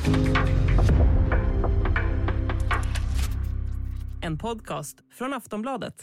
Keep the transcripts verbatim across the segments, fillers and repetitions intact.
En podcast från Aftonbladet.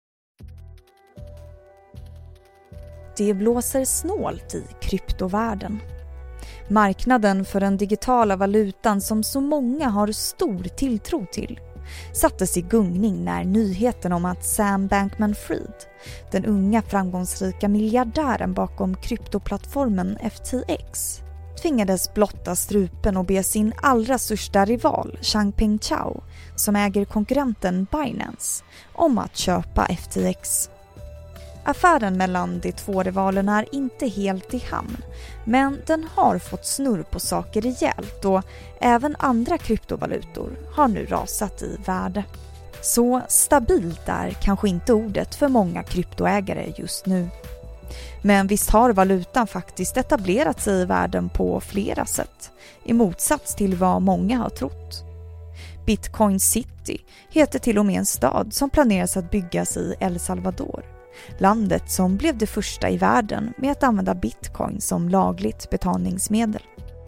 Det blåser snålt i kryptovärlden. Marknaden för den digitala valutan som så många har stor tilltro till sattes i gungning när nyheten om att Sam Bankman-Fried, den unga framgångsrika miljardären bakom kryptoplattformen F T X, tvingades blotta strupen och be sin allra största rival Changpeng Zhao, som äger konkurrenten Binance, om att köpa F T X. Affären mellan de två rivalerna är inte helt i hamn, men den har fått snurr på saker rejält och även andra kryptovalutor har nu rasat i värde. Så stabilt är kanske inte ordet för många kryptoägare just nu. Men visst har valutan faktiskt etablerat sig i världen på flera sätt, i motsats till vad många har trott. Bitcoin City heter till och med en stad som planeras att byggas i El Salvador. Landet som blev det första i världen med att använda bitcoin som lagligt betalningsmedel.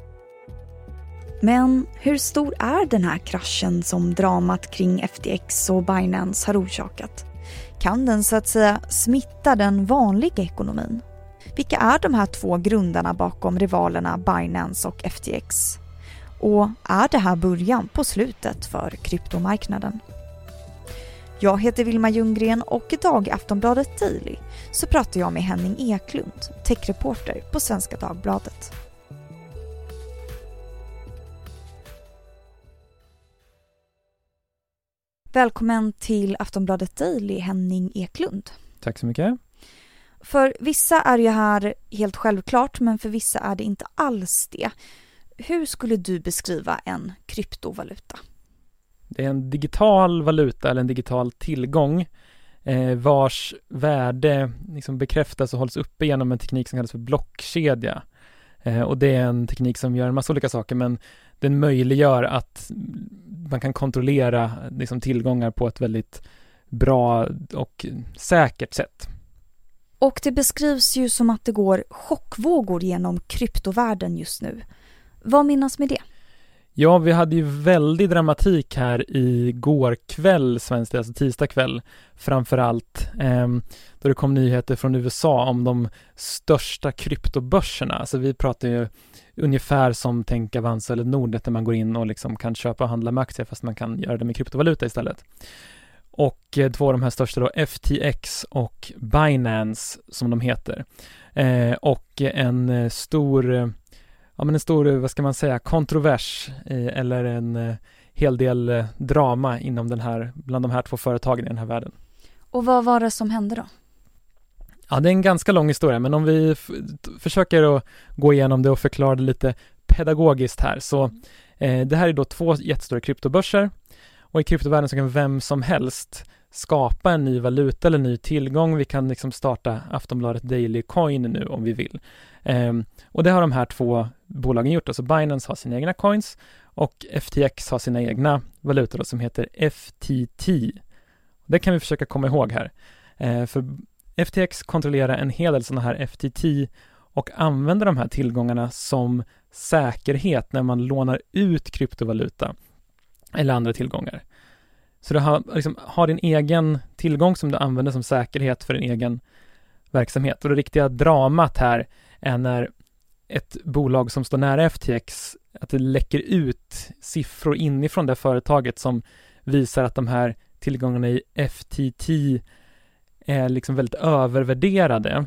Men hur stor är den här kraschen som dramat kring F T X och Binance har orsakat? Kan den så att säga smitta den vanliga ekonomin? Vilka är de här två grundarna bakom rivalerna Binance och F T X? Och är det här början på slutet för kryptomarknaden? Jag heter Vilma Ljunggren och idag i Aftonbladet Daily så pratar jag med Henning Eklund, techreporter på Svenska Dagbladet. Välkommen till Aftonbladet Daily, Henning Eklund. Tack så mycket. För vissa är det här helt självklart, men för vissa är det inte alls det. Hur skulle du beskriva en kryptovaluta? Det är en digital valuta eller en digital tillgång eh, vars värde liksom bekräftas och hålls uppe genom en teknik som kallas för blockkedja. Eh, och det är en teknik som gör en massa olika saker, men den möjliggör att man kan kontrollera liksom, tillgångar på ett väldigt bra och säkert sätt. Och det beskrivs ju som att det går chockvågor genom kryptovärlden just nu. Vad menas med det? Ja, vi hade ju väldigt dramatik här i går kväll, svensk, alltså tisdag kväll framförallt, eh, då det kom nyheter från U S A om de största kryptobörserna. Alltså vi pratar ju ungefär som tänk Avanza eller Nordnet där man går in och liksom kan köpa och handla med aktier fast man kan göra det med kryptovaluta istället. Och eh, två av de här största då, F T X och Binance som de heter. Eh, och en eh, stor... Ja, men en stor, vad ska man säga, kontrovers eh, eller en eh, hel del eh, drama inom den här, bland de här två företagen i den här världen. Och vad var det som hände då? Ja, det är en ganska lång historia, men om vi f- försöker att gå igenom det och förklara det lite pedagogiskt här. Så eh, det här är då två jättestora kryptobörser och i kryptovärlden så kan vem som helst skapa en ny valuta eller ny tillgång. Vi kan liksom starta Aftonbladet Daily Coin nu om vi vill. Um, och det har de här två bolagen gjort. Alltså Binance har sina egna coins och F T X har sina egna valutor då, som heter F T T. Det kan vi försöka komma ihåg här. Uh, för F T X kontrollerar en hel del sådana här F T T och använder de här tillgångarna som säkerhet när man lånar ut kryptovaluta eller andra tillgångar. Så du har, liksom, har din egen tillgång som du använder som säkerhet för din egen verksamhet. Och det riktiga dramat här är när ett bolag som står nära F T X, att det läcker ut siffror inifrån det företaget som visar att de här tillgångarna i F T T är liksom väldigt övervärderade.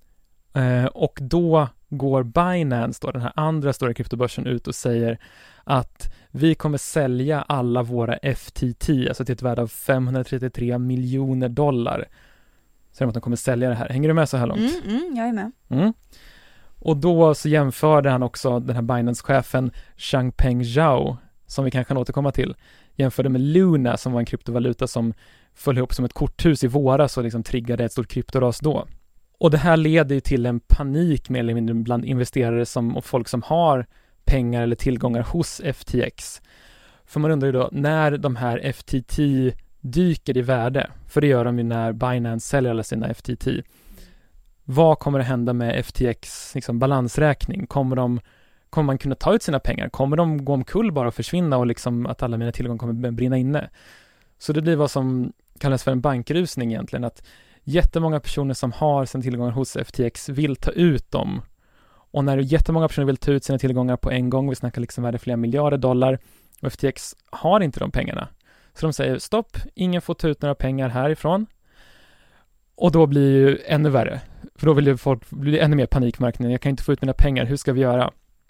Eh, och då går Binance, då, den här andra stora kryptobörsen, ut och säger att vi kommer sälja alla våra F T T, alltså till ett värde av femhundratrettiotre miljoner dollar. Så att de kommer sälja det här. Hänger du med så här långt? Mm, mm, jag är med. Mm. Och då så jämförde han också den här Binance-chefen Changpeng Zhao, som vi kanske kan återkomma till, jämförde med Luna som var en kryptovaluta som föll ihop som ett korthus i våras och liksom triggade ett stort kryptoras då. Och det här leder till en panik mer eller mindre bland investerare som, och folk som har pengar eller tillgångar hos F T X. För man undrar ju då, när de här F T T dyker i värde, för det gör de ju när Binance säljer alla sina F T T, vad kommer att hända med F T X liksom balansräkning? Kommer de, kommer man kunna ta ut sina pengar? Kommer de gå omkull bara och försvinna och liksom att alla mina tillgångar kommer brinna inne? Så det blir vad som kallas för en bankrusning egentligen, att jättemånga personer som har sina tillgångar hos F T X vill ta ut dem. Och när jättemånga personer vill ta ut sina tillgångar på en gång, vi snackar liksom värde flera miljarder dollar, och F T X har inte de pengarna. Så de säger stopp, ingen får ta ut några pengar härifrån. Och då blir det ju ännu värre. För då vill ju folk bli ännu mer panikmarknaden. Jag kan inte få ut mina pengar, hur ska vi göra?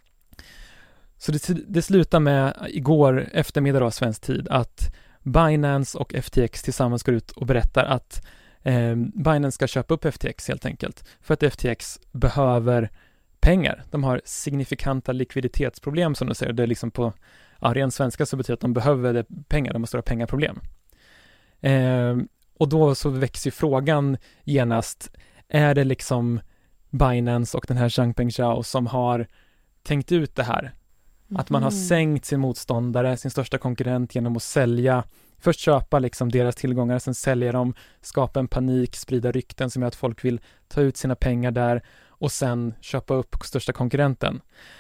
Så det, det slutar med igår eftermiddag då, svensk tid, att Binance och F T X tillsammans går ut och berättar att eh, Binance ska köpa upp F T X helt enkelt. För att F T X behöver pengar. De har signifikanta likviditetsproblem som de säger. Det är liksom på ja, ren svenska så betyder att de behöver pengar. De har stora pengaproblem. Eh, och då så växer frågan genast. Är det liksom Binance och den här Changpeng Zhao som har tänkt ut det här? Mm. Att man har sänkt sin motståndare, sin största konkurrent genom att sälja, först köpa liksom deras tillgångar, sen sälja dem, skapa en panik, sprida rykten som gör att folk vill ta ut sina pengar där och sen köpa upp största konkurrenten.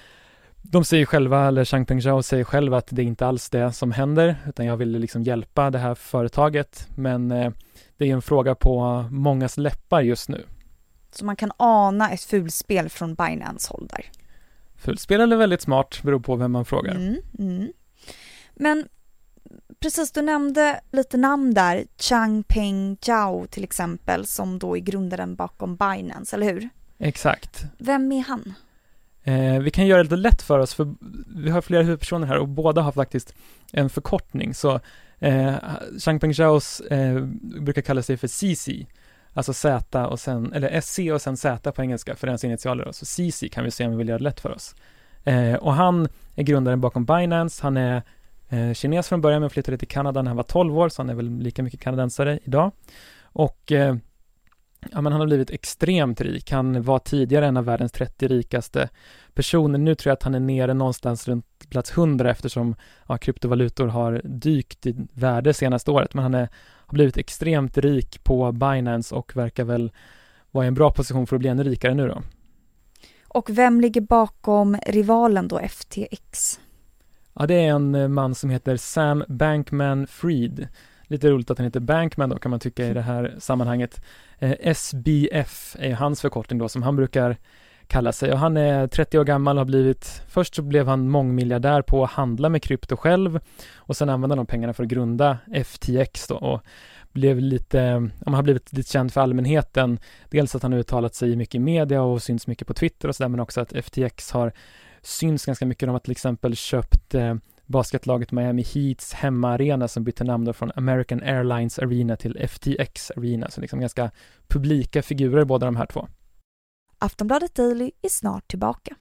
De säger själva, eller Changpeng Zhao säger själva att det är inte alls det som händer, utan jag vill liksom hjälpa det här företaget, men eh, det är en fråga på mångas läppar just nu. Så man kan ana ett fulspel från Binance håll där. Fulspel eller väldigt smart, beror på vem man frågar. Mm, mm. Men precis, du nämnde lite namn där. Changpeng Zhao till exempel, som då är grundaren bakom Binance, eller hur? Exakt. Vem är han? Eh, vi kan göra det lite lätt för oss, för vi har flera huvudpersoner här och båda har faktiskt en förkortning. Så eh, Changpeng Zhaos eh, brukar kalla sig för C C, alltså Z och sen, eller S C och sen Z på engelska för ens initialer. Så C C kan vi se om vi vill göra det lätt för oss. Eh, och han är grundaren bakom Binance. Han är eh, kines från början men flyttade till Kanada när han var tolv år, så han är väl lika mycket kanadensare idag. Och eh, ja, men han har blivit extremt rik. Han var tidigare en av världens trettio rikaste personer. Nu tror jag att han är nere någonstans runt plats hundra eftersom ja, kryptovalutor har dykt i värde senaste året. Men han är, har blivit extremt rik på Binance och verkar väl vara i en bra position för att bli ännu rikare nu då. Och vem ligger bakom rivalen då, F T X? Ja, det är en man som heter Sam Bankman-Fried. Lite roligt att han heter Bankman då, kan man tycka i det här sammanhanget. Eh, S B F är hans förkortning då, som han brukar kalla sig. Och han är trettio år gammal och har blivit, först så blev han mångmiljardär på att handla med krypto själv. Och sen använde de pengarna för att grunda F T X då. Och blev lite, han har blivit lite känd för allmänheten. Dels att han har uttalat sig mycket i media och syns mycket på Twitter och sådär. Men också att F T X har syns ganska mycket om att till exempel köpt eh, basketlaget Miami Heats hemmaarena som bytte namn då från American Airlines Arena till F T X Arena. Så liksom ganska publika figurer båda de här två. Aftonbladet Daily är snart tillbaka.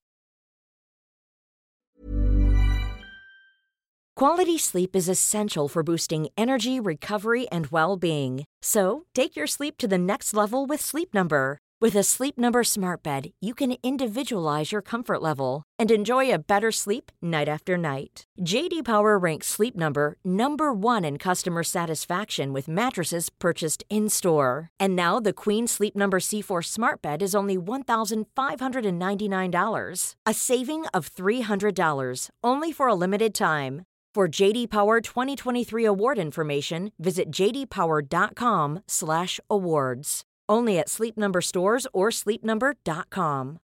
Quality sleep is essential for boosting energy, recovery, and well-being. So, take your sleep to the next level with Sleep Number. With a Sleep Number smart bed, you can individualize your comfort level and enjoy a better sleep night after night. J D Power ranks Sleep Number number one in customer satisfaction with mattresses purchased in-store. And now the Queen Sleep Number C four smart bed is only one thousand five hundred ninety-nine dollars, a saving of three hundred dollars, only for a limited time. For J D Power twenty twenty-three award information, visit j d power dot com slash awards. Only at Sleep Number stores or sleep number dot com.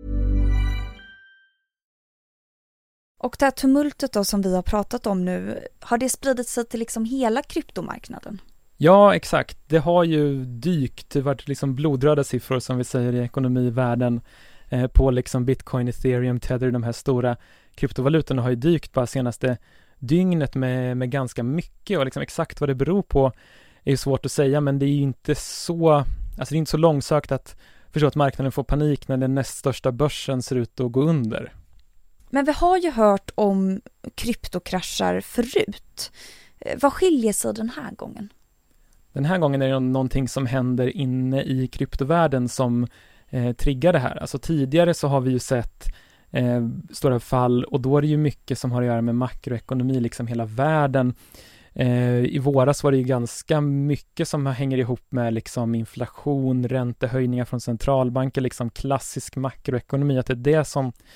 Och det här tumultet då som vi har pratat om nu, har det spridit sig till liksom hela kryptomarknaden? Ja, exakt. Det har ju dykt, det har varit liksom blodröda siffror som vi säger i ekonomivärlden eh, på liksom Bitcoin, Ethereum, Tether, de här stora kryptovalutorna har ju dykt bara senaste dygnet med, med ganska mycket och liksom exakt vad det beror på är ju svårt att säga, men det är ju inte så, alltså det är inte så långsökt att förstå att marknaden får panik när den näst största börsen ser ut att gå under. Men vi har ju hört om kryptokraschar förut. Vad skiljer sig den här gången? Den här gången är det någonting som händer inne i kryptovärlden som eh, triggar det här. Alltså tidigare så har vi ju sett eh, stora fall och då är det ju mycket som har att göra med makroekonomi, liksom hela världen. Eh, I våras var det ju ganska mycket som hänger ihop med liksom inflation, räntehöjningar från centralbanker, liksom klassisk makroekonomi, att det är det som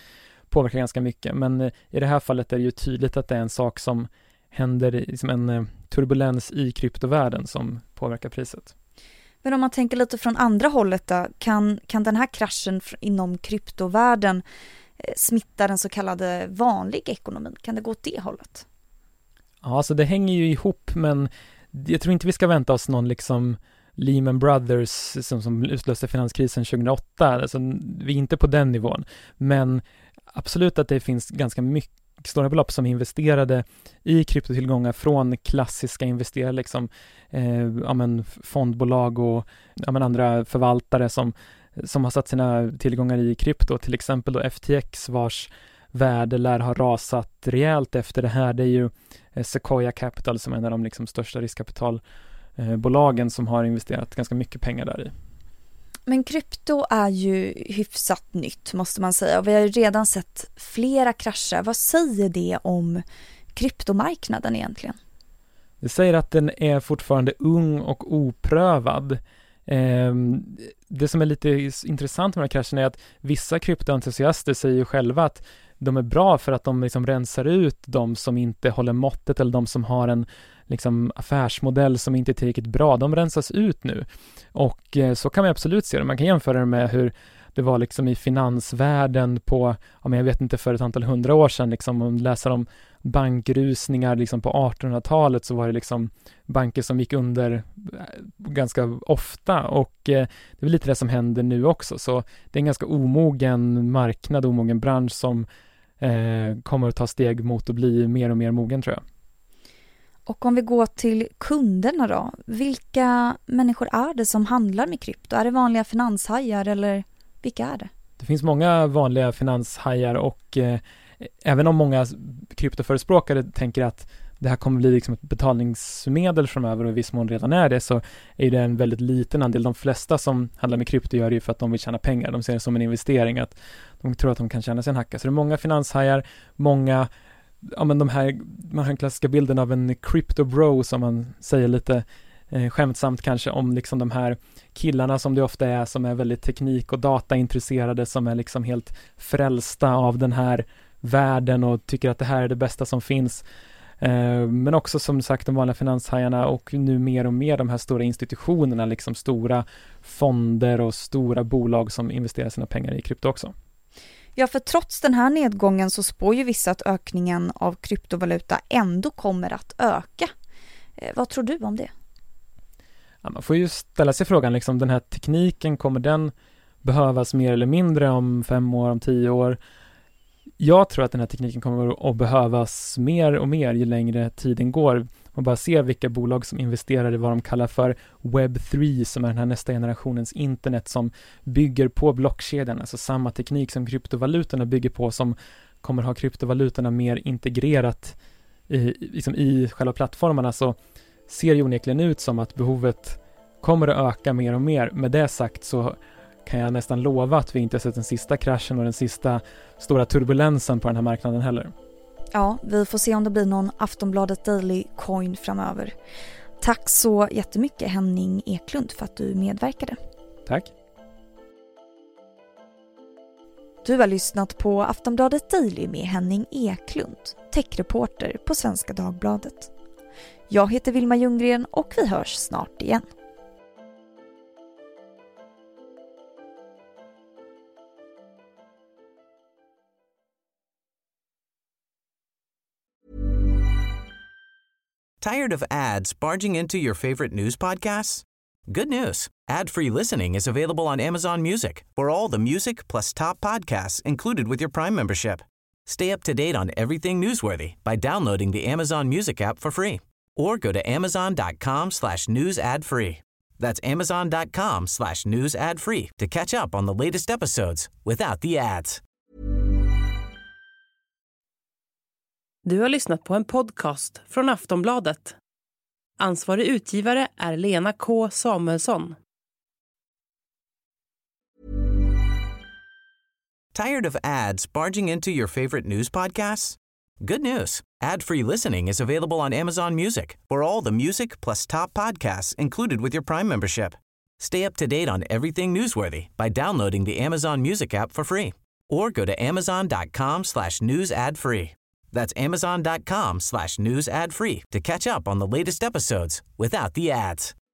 påverkar ganska mycket. Men eh, i det här fallet är det ju tydligt att det är en sak som händer, liksom en eh, turbulens i kryptovärlden som påverkar priset. Men om man tänker lite från andra hållet då, kan, kan den här kraschen inom kryptovärlden eh, smitta den så kallade vanliga ekonomin? Kan det gå åt det hållet? Ja, alltså det hänger ju ihop, men jag tror inte vi ska vänta oss någon liksom Lehman Brothers som, som utlöste finanskrisen tjugohundraåtta. Alltså, vi är inte på den nivån. Men absolut att det finns ganska mycket stora belopp som investerade i kryptotillgångar från klassiska investerare, liksom eh, ja, men fondbolag och ja, men andra förvaltare som, som har satt sina tillgångar i krypto. Till exempel då F T X, vars värde lär ha rasat rejält efter det här. Det är ju eh, Sequoia Capital som är en av de liksom största riskkapitalbolagen som har investerat ganska mycket pengar där i. Men krypto är ju hyfsat nytt, måste man säga. Och vi har ju redan sett flera krascher. Vad säger det om kryptomarknaden egentligen? Det säger att den är fortfarande ung och oprövad. Eh, det som är lite intressant med den här kraschen är att vissa kryptoentusiaster säger ju själva att de är bra för att de liksom rensar ut de som inte håller måttet eller de som har en liksom affärsmodell som inte är tillräckligt bra. De rensas ut nu. Och eh, så kan man absolut se det. Man kan jämföra det med hur det var liksom i finansvärlden på, ja, men jag vet inte, för ett antal hundra år sedan. Liksom, om man läser om bankrusningar liksom på artonhundratalet, så var det liksom banker som gick under ganska ofta. Och eh, det är lite det som händer nu också. Så det är en ganska omogen marknad, omogen bransch som eh, kommer att ta steg mot att bli mer och mer mogen, tror jag. Och om vi går till kunderna då, vilka människor är det som handlar med krypto? Är det vanliga finanshajar eller vilka är det? Det finns många vanliga finanshajar och eh, även om många kryptoförespråkare tänker att det här kommer bli liksom ett betalningsmedel framöver och i viss mån redan är det, så är det en väldigt liten andel. De flesta som handlar med krypto gör det ju för att de vill tjäna pengar. De ser det som en investering, att de tror att de kan tjäna sig en hacka. Så det är många finanshajar, många, ja men de här, man har en klassiska bilden av en crypto bro som man säger lite eh, skämtsamt kanske om liksom de här killarna som det ofta är, som är väldigt teknik- och dataintresserade, som är liksom helt frälsta av den här världen och tycker att det här är det bästa som finns. Eh, men också som sagt de vanliga finanshajarna och nu mer och mer de här stora institutionerna, liksom stora fonder och stora bolag som investerar sina pengar i krypto också. Ja, för trots den här nedgången så spår ju vissa att ökningen av kryptovaluta ändå kommer att öka. Eh, vad tror du om det? Ja, man får ju ställa sig frågan, liksom, den här tekniken, kommer den behövas mer eller mindre om fem år, om tio år? Jag tror att den här tekniken kommer att behövas mer och mer ju längre tiden går. Man bara ser vilka bolag som investerar i vad de kallar för webb tre, som är den här nästa generationens internet som bygger på blockkedjan, alltså samma teknik som kryptovalutorna bygger på, som kommer ha kryptovalutorna mer integrerat i, liksom i själva plattformarna. Så ser ju onekligen ut som att behovet kommer att öka mer och mer. Med det sagt så kan jag nästan lova att vi inte har sett den sista kraschen och den sista stora turbulensen på den här marknaden heller. Ja, vi får se om det blir någon Aftonbladet Daily Coin framöver. Tack så jättemycket Henning Eklund för att du medverkade. Tack. Du har lyssnat på Aftonbladet Daily med Henning Eklund, techreporter på Svenska Dagbladet. Jag heter Vilma Ljunggren och vi hörs snart igen. Tired of ads barging into your favorite news podcasts? Good news. Ad-free listening is available on Amazon Music for all the music plus top podcasts included with your Prime membership. Stay up to date on everything newsworthy by downloading the Amazon Music app for free or go to amazon.com slash news ad free. That's amazon.com slash news ad free to catch up on the latest episodes without the ads. Du har lyssnat på en podcast från Aftonbladet. Ansvarig utgivare är Lena K. Samuelsson. Tired of ads barging into your favorite news podcasts? Good news. Ad-free listening is available on Amazon Music for all the music plus top podcasts included with your Prime membership. Stay up to date on everything newsworthy by downloading the Amazon Music app for free or go to amazon.com slash news ad free. That's amazon.com slash news ad free to catch up on the latest episodes without the ads.